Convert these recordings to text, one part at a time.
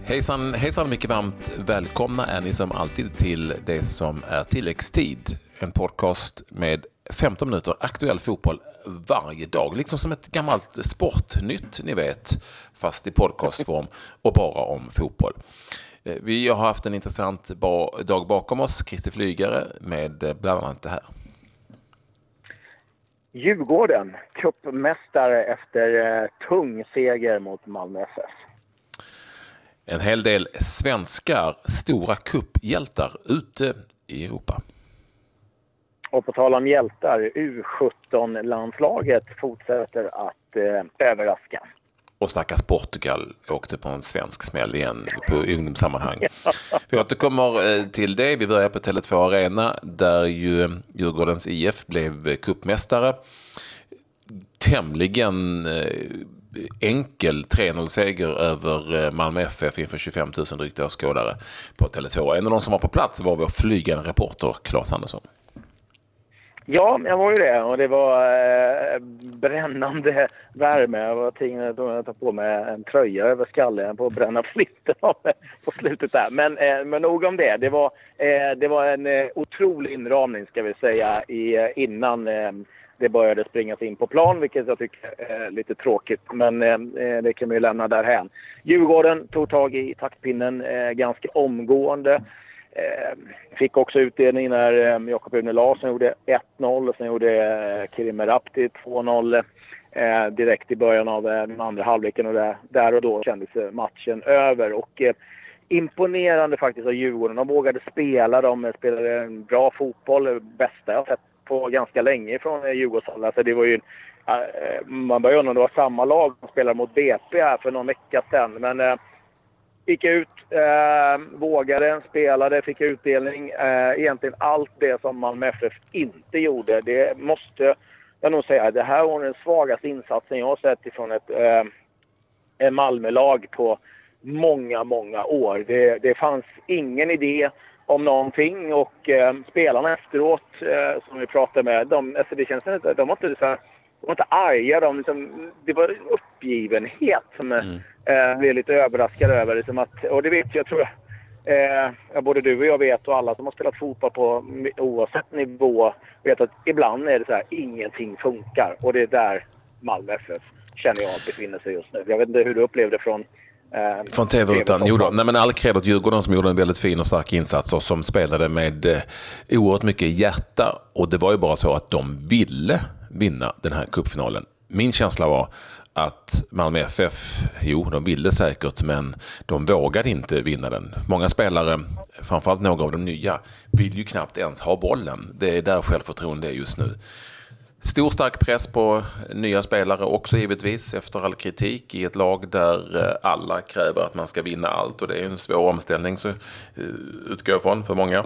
Hejsan, hejsan, mycket varmt välkomna är ni som alltid till det som är tilläggstid. En podcast med 15 minuter aktuell fotboll varje dag. Liksom som ett gammalt sportnytt, ni vet, fast i podcastform och bara om fotboll. Vi har haft en intressant dag bakom oss, Christer Flygare, med bland annat det här. Djurgården, cupmästare efter tung seger mot Malmö FF. En hel del svenskar, stora kupphjältar ute i Europa. Och på tal om hjältar, U17-landslaget fortsätter att överraska. Och stackars Portugal åkte på en svensk smäll igen på ungdomssammanhang. Vi återkommer till det. Vi börjar på Tele2 Arena där ju Djurgårdens IF blev cupmästare. Tämligen enkel 3-0-seger över Malmö FF inför 25 000 drygt åskådare på Tele2. En av de som var på plats var vår flygande reporter Claes Andersson. Ja, jag var ju det och det var brännande värme. Jag var tvingad att ta på mig en tröja över skallen på att bränna flitten på slutet där. Men nog om det. Det var en otrolig inramning ska vi säga innan det började springas in på plan, vilket jag tycker är lite tråkigt. Men det kan vi ju lämna därhän. Djurgården tog tag i taktpinnen ganska omgående. Fick också utdelning när Jakob Une Larsson gjorde 1-0 och sen gjorde Kerim Merabti 2-0 direkt i början av den andra halvleken, och där och då kändes matchen över. Och imponerande faktiskt av Djurgården. De vågade spela, de spelade en bra fotboll, bästa jag sett på ganska länge från Djurgården. Alltså det var ju man började undra om det var samma lag som spelade mot BP här för någon vecka sedan, men gick ut, vågade, spelade, fick utdelning. Egentligen allt det som Malmö FF inte gjorde. Det måste jag nog säga. Det här var den svagaste insatsen jag har sett ifrån ett Malmö-lag på många, många år. Det fanns ingen idé om någonting, och spelarna efteråt som vi pratade med, det känns inte, de var inte arga, det var uppgivenhet som blev lite överraskad över. Liksom att, och det vet jag, tror jag, både du och jag vet, och alla som har spelat fotboll på oavsett nivå vet att ibland är det så här, ingenting funkar, och det är där Malmö FF känner jag befinner sig just nu. Jag vet inte hur du upplevde från TV-rutan. Men all cred åt Djurgården som gjorde en väldigt fin och stark insats och som spelade med oerhört mycket hjärta, och det var ju bara så att de ville vinna den här cupfinalen. Min känsla var att Malmö FF, de ville säkert, men de vågade inte vinna den. Många spelare, framförallt några av de nya, vill ju knappt ens ha bollen. Det är där självförtroende är just nu. Stor stark press på nya spelare också givetvis efter all kritik i ett lag där alla kräver att man ska vinna allt, och det är en svår omställning, så utgår jag från för många.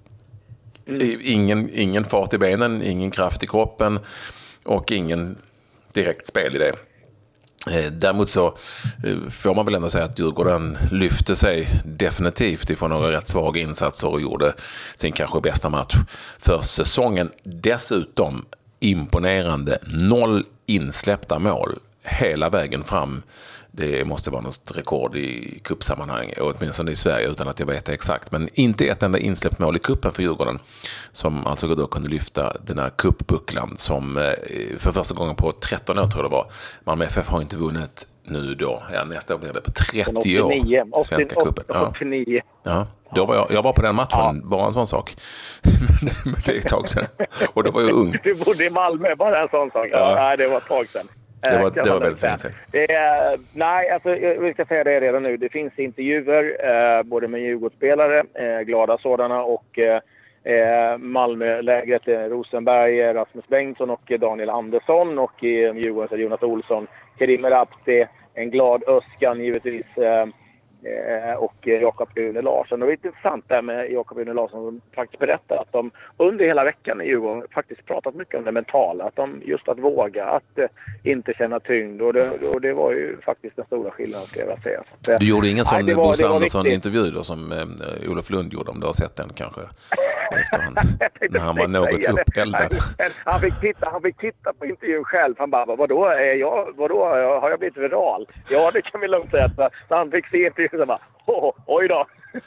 Ingen fart i benen, ingen kraft i kroppen och ingen direkt spel i det. Däremot så får man väl ändå säga att Djurgården lyfte sig definitivt ifrån några rätt svaga insatser och gjorde sin kanske bästa match för säsongen. Dessutom imponerande 0 insläppta mål hela vägen fram. Det måste vara något rekord i cupsammanhang, åtminstone i Sverige, utan att jag vet det exakt. Men inte ett enda insläppt mål i kuppen för Djurgården, som alltså då kunde lyfta den här cupbucklan som för första gången på 13 år tror jag det var. Malmö FF har inte vunnit nu då. Ja, nästa år blir det på 30 89, år. Svenska kuppen. 89. Ja. Då var jag var på den matchen, bara en sån sak. Men det är ett tag sedan. Och då var jag ung. Du bodde i Malmö, bara en sån sak. Ja. Nej, det var ett tag sedan. Det var väldigt länge sedan. Nej, alltså, jag ska säga det redan nu. Det finns intervjuer både med Djurgårdsspelare, glada sådana, och Malmölägret Rosenberg, Rasmus Bengtsson och Daniel Andersson, och Djurgårdens Jonas Olsson, Kerim Merabti, en glad Öskan givetvis, och Jakob Une Larsson. Och det är intressant där med Jakob Une Larsson som faktiskt berättar att de under hela veckan i Djurgården faktiskt pratat mycket om det mentala. Att de just att våga, att inte känna tyngd. Och det var ju faktiskt den stora skillnaden, ska jag säga. Så, du gjorde ingen sån Bosse Andersson-intervju då, som Olof Lund gjorde, om du har sett den kanske efterhand, när han var något uppeldad. Han fick titta på intervjun själv. Han bara, vadå har jag blivit viral? Ja, det kan vi lugnt säga. Så han fick se till så bara, oj då.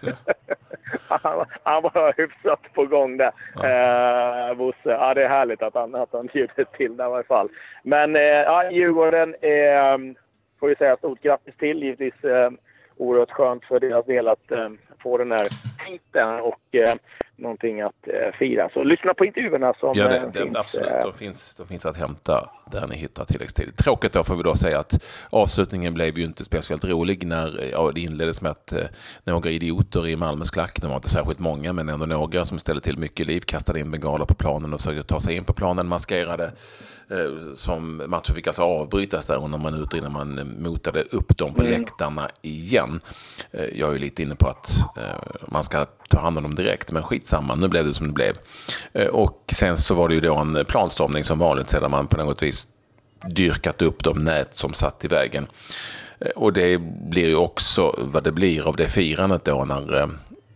han var hyfsat på gång där. Bosse. Ja, det är härligt att han bjuder till där i alla fall. Men Djurgården får ju säga stort grattis till. Givetvis oerhört skönt för deras del att få den här titeln och någonting att fira. Så lyssna på intervjuerna som finns. Absolut, de finns att hämta där ni hittar tilläggstid. Tråkigt då får vi då säga att avslutningen blev ju inte speciellt rolig när det inleddes med att några idioter i Malmös klack, de var inte särskilt många men ändå några som ställde till mycket liv, kastade in bengaler på planen och försökte ta sig in på planen, maskerade som matchen fick alltså avbrytas där under minuter innan man motade upp dem på läktarna igen. Jag är ju lite inne på att man ska ta hand om dem direkt, men skitsamma, nu blev det som det blev. Och sen så var det ju då en planstormning som vanligt sedan man på något vis dyrkat upp de nät som satt i vägen. Och det blir ju också vad det blir av det firandet då när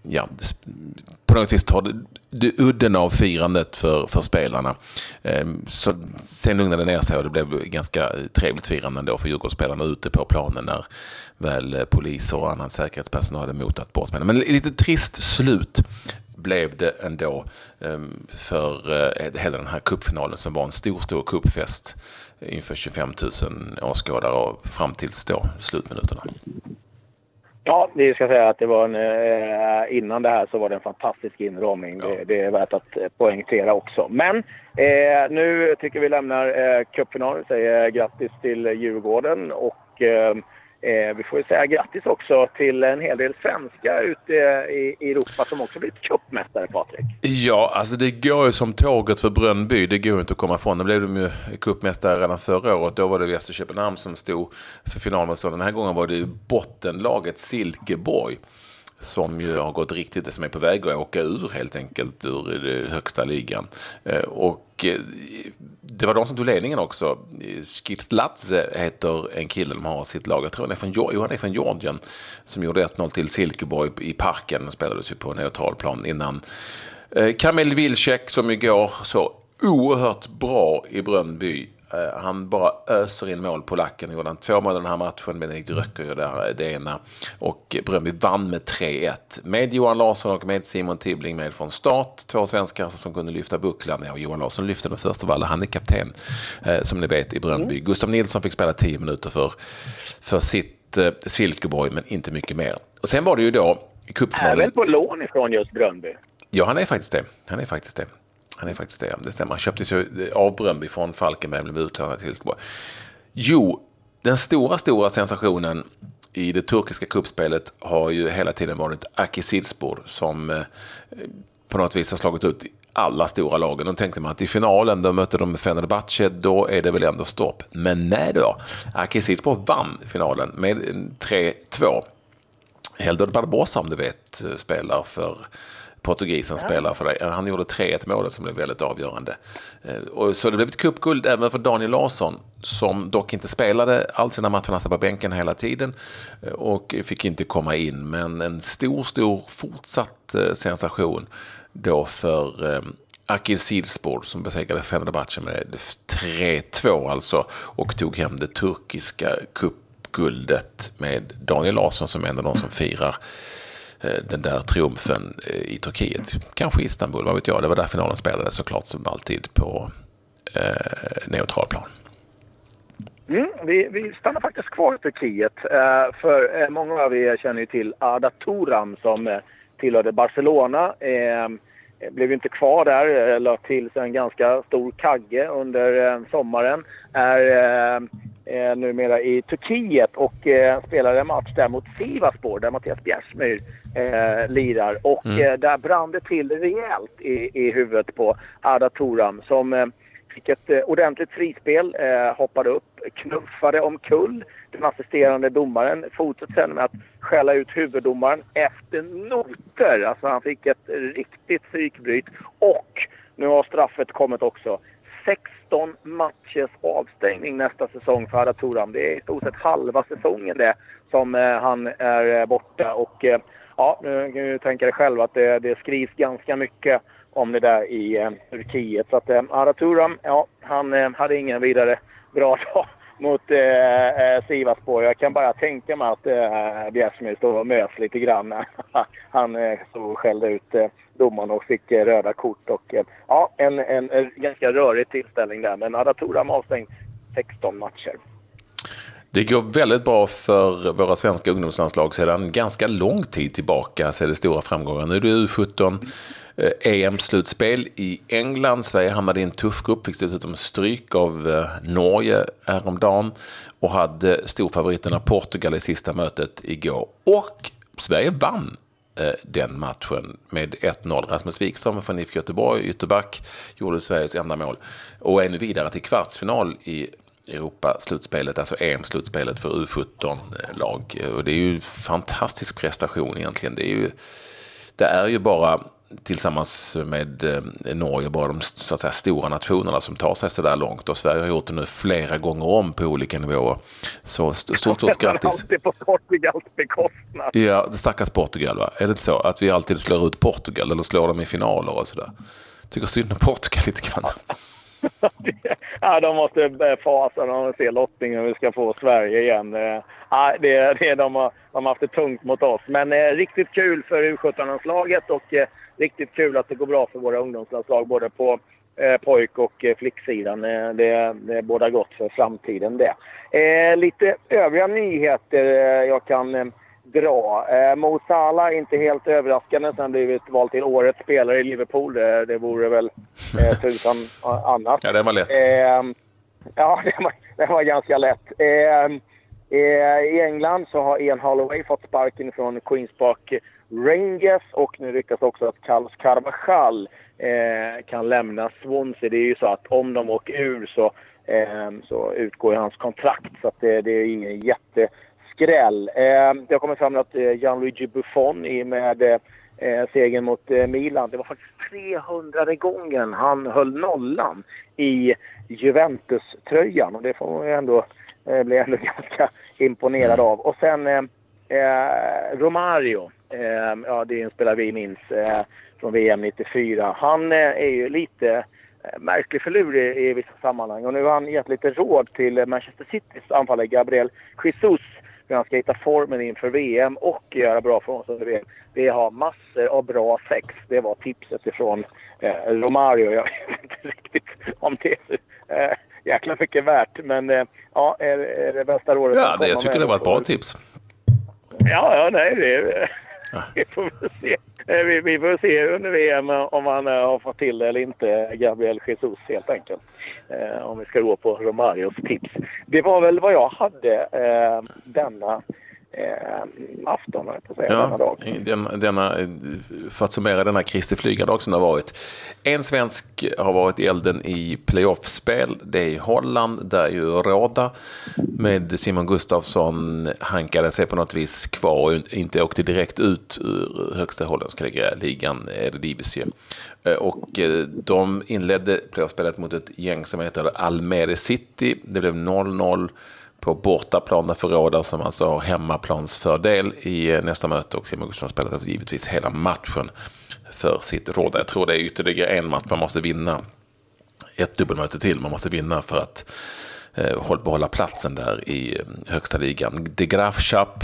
på något vis tar det udden av firandet för spelarna. Så sen lugnade det ner sig och det blev ganska trevligt firande då för Djurgårdsspelarna ute på planen när väl poliser och annan säkerhetspersonal hade motat bort. Men lite trist slut blev det ändå för hela den här cupfinalen som var en stor cupfest inför 25 000 åskådare och fram tills då slutminuterna. Ja, det ska säga att det var innan det här så var det en fantastisk inramning. Ja. Det är värt att poängtera också. Men nu tycker vi lämnar cupfinalen. Säger grattis till Djurgården och vi får ju säga grattis också till en hel del svenskar ute i Europa som också blivit cupmästare, Patrik. Ja, alltså det går ju som tåget för Brönnby. Det går ju inte att komma ifrån. Det blev de ju cupmästare redan förra året. Då var det Väster Köpenhamn som stod för finalmotstånd. Den här gången var det ju bottenlaget Silkeborg som ju har gått riktigt, som är på väg att åka ur helt enkelt ur den högsta ligan. Och det var de som tog ledningen också. Skirtladze heter en kille de har sitt lag. Jag tror han är från Georgien som gjorde 1-0 till Silkeborg i parken. Den spelades ju på neutral plan innan. Kamil Wilczek som igår så oerhört bra i Brönnby. Han bara öser in mål på lacken. Gjorde han 2 mål den här matchen, men det röcker ju där det ena. Och Brönnby vann med 3-1. Med Johan Larsson och med Simon Tibbling med från start. 2 svenskar som kunde lyfta bucklan. Ja, Johan Larsson lyfte den första av alla. Han är kapten, som ni vet, i Brönnby. Gustav Nilsson fick spela 10 minuter för sitt Silkeborg, men inte mycket mer. Och sen var det ju då i cupfinalen. Även på lån ifrån just Brönnby. Ja, han är faktiskt det. Det stämmer. Han köptes ju av Brönnby från Falkenberg, blev utlånad till Silkeborg. Jo, den stora sensationen i det turkiska kuppspelet har ju hela tiden varit Akhisarspor som på något vis har slagit ut alla stora lagen. Då tänkte man att i finalen då mötte de Fenerbahce, då är det väl ändå stopp. Men nej då. Akhisarspor vann finalen med 3-2. Heldor Barbosa, om du vet, spelar för portugisen spelar för dig. Han gjorde 3-1 målet som blev väldigt avgörande. Och så det blev ett cupguld även för Daniel Larsson som dock inte spelade alls i den här matchen. Han satt på bänken hela tiden och fick inte komma in. Men en stor fortsatt sensation då för Akhisarspor som besegrade Fenerbahce med 3-2 alltså och tog hem det turkiska cupguldet med Daniel Larsson som är en av de som firar den där triumfen i Turkiet. Kanske i Istanbul, vad vet jag. Det var där finalen spelades såklart som alltid på neutral plan. Vi stannar faktiskt kvar i Turkiet. För många av er känner ju till Arda Turan som tillhörde Barcelona. Blev inte kvar där, la till sig en ganska stor kagge under sommaren. Är numera i Turkiet och spelade en match där mot Sivasspor där Mattias Bjärsmyr lirar. Och där brann det till rejält i huvudet på Arda Turan som fick ett ordentligt frispel, hoppade upp, knuffade omkull den assisterande domaren, fortsatte sen med att skälla ut huvuddomaren efter noter. Alltså han fick ett riktigt psykbryt och nu har straffet kommit också. 16 matchers avstängning nästa säsong för Arda Turan. Det är i stort sett halva säsongen det som han är borta och ja, nu kan du tänka dig själv att det skrivs ganska mycket om det där i Turkiet. Så att Arda Turan, ja, han hade ingen vidare bra dag mot Sivasspor. Jag kan bara tänka mig att Bjärsmyr står och mös lite grann. Han så skällde ut domaren och fick röda kort. Och, en ganska rörig tillställning där. Men Arda Turan avstängd 16 matcher. Det går väldigt bra för våra svenska ungdomslandslag sedan ganska lång tid tillbaka, så är det stora framgångar. Nu är det U17 EM-slutspel i England. Sverige hamnade i en tuff grupp, fick dessutom stryk av Norge häromdagen och hade storfavoriterna Portugal i sista mötet igår. Och Sverige vann den matchen med 1-0. Rasmus Wikström från IFK Göteborg, ytterback, gjorde Sveriges enda mål och är nu vidare till kvartsfinal i Europa-slutspelet, alltså EM-slutspelet för U17-lag. Och det är ju en fantastisk prestation egentligen. Det är ju bara tillsammans med Norge bara de så att säga stora nationerna som tar sig så där långt, och Sverige har gjort det nu flera gånger om på olika nivåer. Så stort grattis. Alltid på Portugals bekostnad. Ja, det stackars Portugal, va? Är det inte så att vi alltid slår ut Portugal eller slår dem i finaler och sådär? Tycker synd om Portugal lite grann. Ja, de måste fasa när de ser lottningen vi ska få Sverige igen. Ja, de har haft det tungt mot oss. Men riktigt kul för U17-landslaget och riktigt kul att det går bra för våra ungdomslandslag både på pojk- och flicksidan. Det båda gott för framtiden det. Lite övriga nyheter jag kan dra. Mo Salah, inte helt överraskande, sen blivit vald till årets spelare i Liverpool. Det vore väl tusan annat. Ja, det var lätt. Ja, det var ganska lätt. I England så har Ian Holloway fått sparken från Queens Park Rangers och nu ryktas också att Carlos Carvajal kan lämna Swansea. Det är ju så att om de åker ur så utgår hans kontrakt, så att det är ingen jätteskräll. Det har kommit fram att Gianluigi Buffon i med segern mot Milan, det var faktiskt 300:e gången han höll nollan i Juventus-tröjan, och det får man ju ändå bli ändå ganska imponerad av. Och sen Romario, ja, det är en spelare vi minns från VM 94. Han är ju lite märklig förlur i vissa sammanhang, och nu har han gett lite råd till Manchester Citys anfallare Gabriel Jesus hur han ska hitta formen inför VM och göra bra från sig. Vi har massor av bra sex. Det var tipset ifrån Romario. Jag vet inte riktigt om det är jäkla mycket värt, men ja, är det bästa rådet. Ja, jag tycker det var ett bra tips. Ja, nej, det får vi se. Vi får se under VM om han har fått till det eller inte, Gabriel Jesus helt enkelt. Om vi ska gå på Romarios tips. Det var väl vad jag hade denna afton, denna dag. För att summera denna Kristi flygardag som det har varit. En svensk har varit i elden i playoffspel. Det är i Holland, där ju Roda med Simon Gustafsson hankade sig på något vis kvar och inte åkte direkt ut ur högsta holländska ligan Eredivisie. Och de inledde playoffspelet mot ett gäng som heter Almere City. Det blev 0-0 på bortaplan för Roda, som alltså har hemmaplansfördel i nästa möte, och Simon Gustafsson spelade givetvis hela matchen för sitt Roda. Jag tror det är ytterligare en match man måste vinna. Ett dubbelmöte till man måste vinna för att behålla platsen där i högsta ligan. De Graafschap,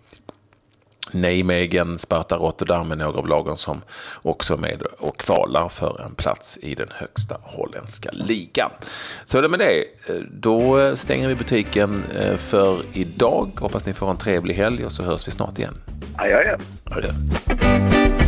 Nijmegen, Sparta Rotterdam är några av lagen som också är med och kvalar för en plats i den högsta holländska ligan. Så är det med det. Då stänger vi butiken för idag. Hoppas ni får en trevlig helg och så hörs vi snart igen. Ja. Adjö.